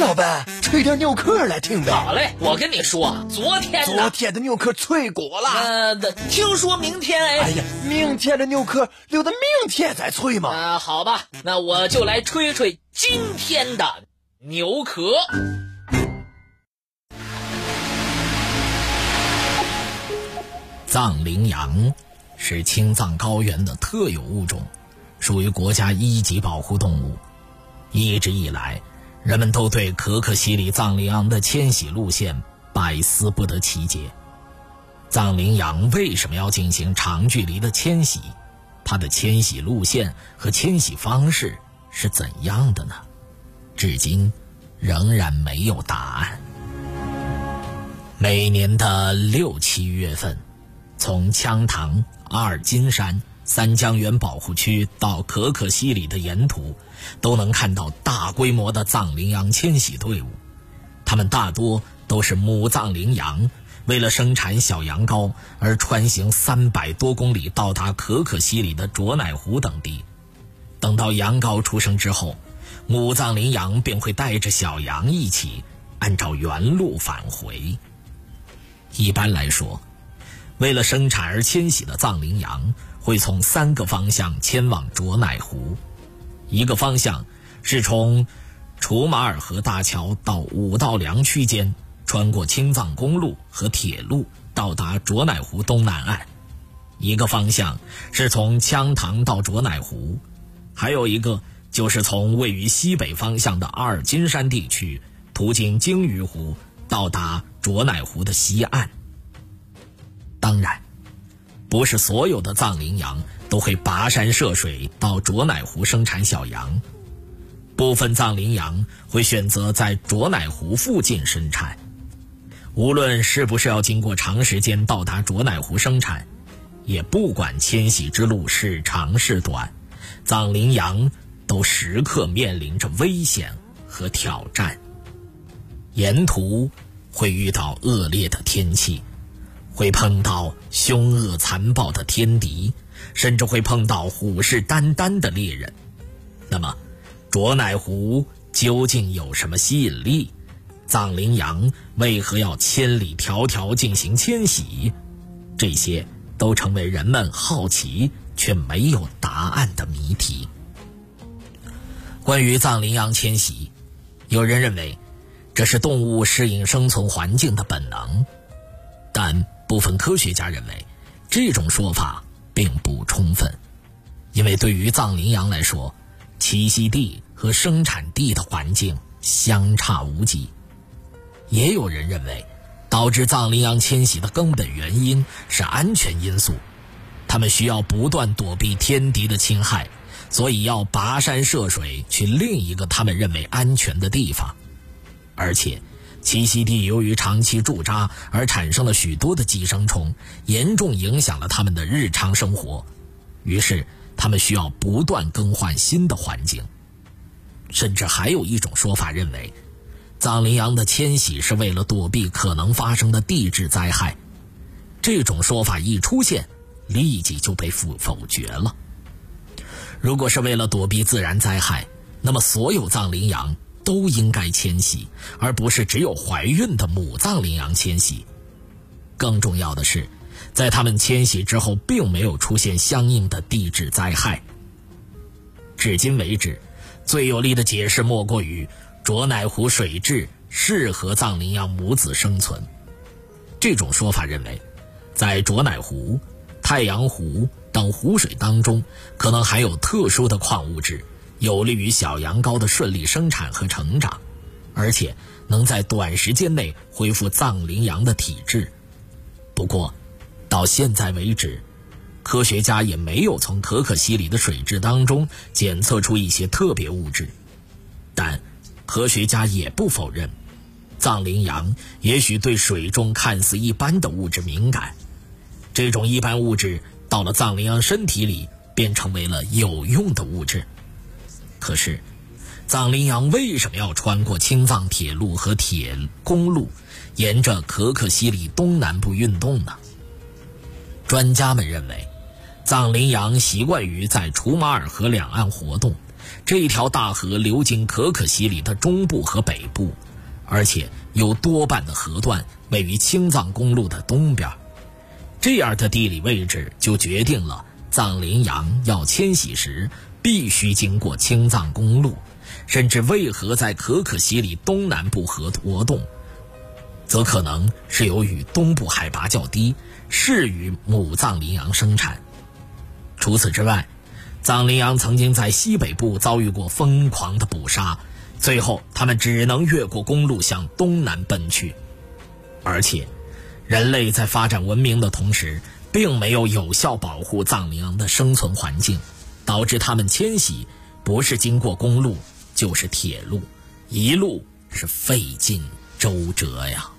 老板，吹点牛壳来听呗。 好嘞，我跟你说，昨天的牛壳脆果了。 听说明天哎呀，明天的牛壳留到明天再吹嘛。 好吧，那我就来吹吹今天的牛壳。 藏羚羊是青藏高原的特有物种，属于国家1级保护动物。一直以来，人们都对可可西里藏羚羊的迁徙路线百思不得其解。藏羚羊为什么要进行长距离的迁徙？它的迁徙路线和迁徙方式是怎样的呢？至今仍然没有答案。每年的6、7月份，从羌塘、阿尔金山、三江源保护区到可可西里的沿途，都能看到大规模的藏羚羊迁徙队伍。它们大多都是母藏羚羊，为了生产小羊羔而穿行300多公里到达可可西里的卓乃湖等地。等到羊羔出生之后，母藏羚羊便会带着小羊一起按照原路返回。一般来说，为了生产而迁徙的藏羚羊会从3个方向迁往卓乃湖。一个方向是从楚马尔河大桥到五道梁区间，穿过青藏公路和铁路到达卓乃湖东南岸。一个方向是从羌塘到卓乃湖，还有一个就是从位于西北方向的阿尔金山地区途经鲸鱼湖到达卓乃湖的西岸。当然，不是所有的藏羚羊都会跋山涉水到卓乃湖生产小羊，部分藏羚羊会选择在卓乃湖附近生产。无论是不是要经过长时间到达卓乃湖生产，也不管迁徙之路是长是短，藏羚羊都时刻面临着危险和挑战。沿途会遇到恶劣的天气，会碰到凶恶残暴的天敌，甚至会碰到虎视眈眈的猎人。那么卓乃湖究竟有什么吸引力？藏羚羊为何要千里迢迢进行迁徙？这些都成为人们好奇却没有答案的谜题。关于藏羚羊迁徙，有人认为这是动物适应生存环境的本能，但部分科学家认为这种说法并不充分，因为对于藏羚羊来说，栖息地和生产地的环境相差无几。也有人认为导致藏羚羊迁徙的根本原因是安全因素，它们需要不断躲避天敌的侵害，所以要跋山涉水去另一个他们认为安全的地方。而且栖息地由于长期驻扎而产生了许多的寄生虫，严重影响了他们的日常生活，于是他们需要不断更换新的环境。甚至还有一种说法认为，藏羚羊的迁徙是为了躲避可能发生的地质灾害。这种说法一出现，立即就被否决了。如果是为了躲避自然灾害，那么所有藏羚羊都应该迁徙，而不是只有怀孕的母藏羚羊迁徙。更重要的是，在它们迁徙之后并没有出现相应的地质灾害。至今为止，最有力的解释莫过于卓乃湖水质适合藏羚羊母子生存。这种说法认为，在卓乃湖、太阳湖等湖水当中可能含有特殊的矿物质，有利于小羊羔的顺利生产和成长，而且能在短时间内恢复藏羚羊的体质。不过到现在为止，科学家也没有从可可西里的水质当中检测出一些特别物质。但科学家也不否认，藏羚羊也许对水中看似一般的物质敏感，这种一般物质到了藏羚羊身体里便成为了有用的物质。可是藏羚羊为什么要穿过青藏铁路和铁公路，沿着可可西里东南部运动呢？专家们认为，藏羚羊习惯于在楚马尔河两岸活动， 这条大河流经可可西里的中部和北部，而且有多半的河段位于青藏公路的东边。这样的地理位置就决定了藏羚羊要迁徙时必须经过青藏公路，甚至为何在可可西里东南部活动，则可能是由于东部海拔较低，适于母藏羚羊生产。除此之外，藏羚羊曾经在西北部遭遇过疯狂的捕杀，最后他们只能越过公路向东南奔去。而且人类在发展文明的同时，并没有有效保护藏羚羊的生存环境，导致他们迁徙不是经过公路就是铁路，一路是费尽周折呀。